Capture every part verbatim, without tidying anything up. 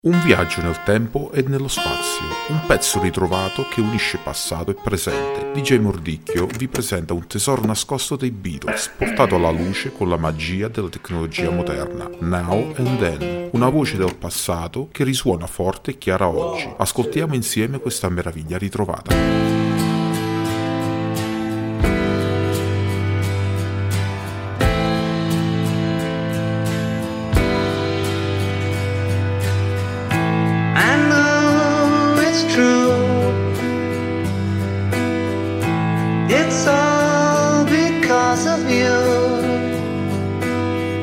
Un viaggio nel tempo e nello spazio, un pezzo ritrovato che unisce passato e presente. D J Mordicchio vi presenta un tesoro nascosto dei Beatles, portato alla luce con la magia della tecnologia moderna. Now and Then, una voce del passato che risuona forte e chiara oggi. Ascoltiamo insieme questa meraviglia ritrovata. It's all because of you.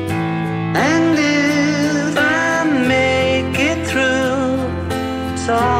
And if I make it through, it's all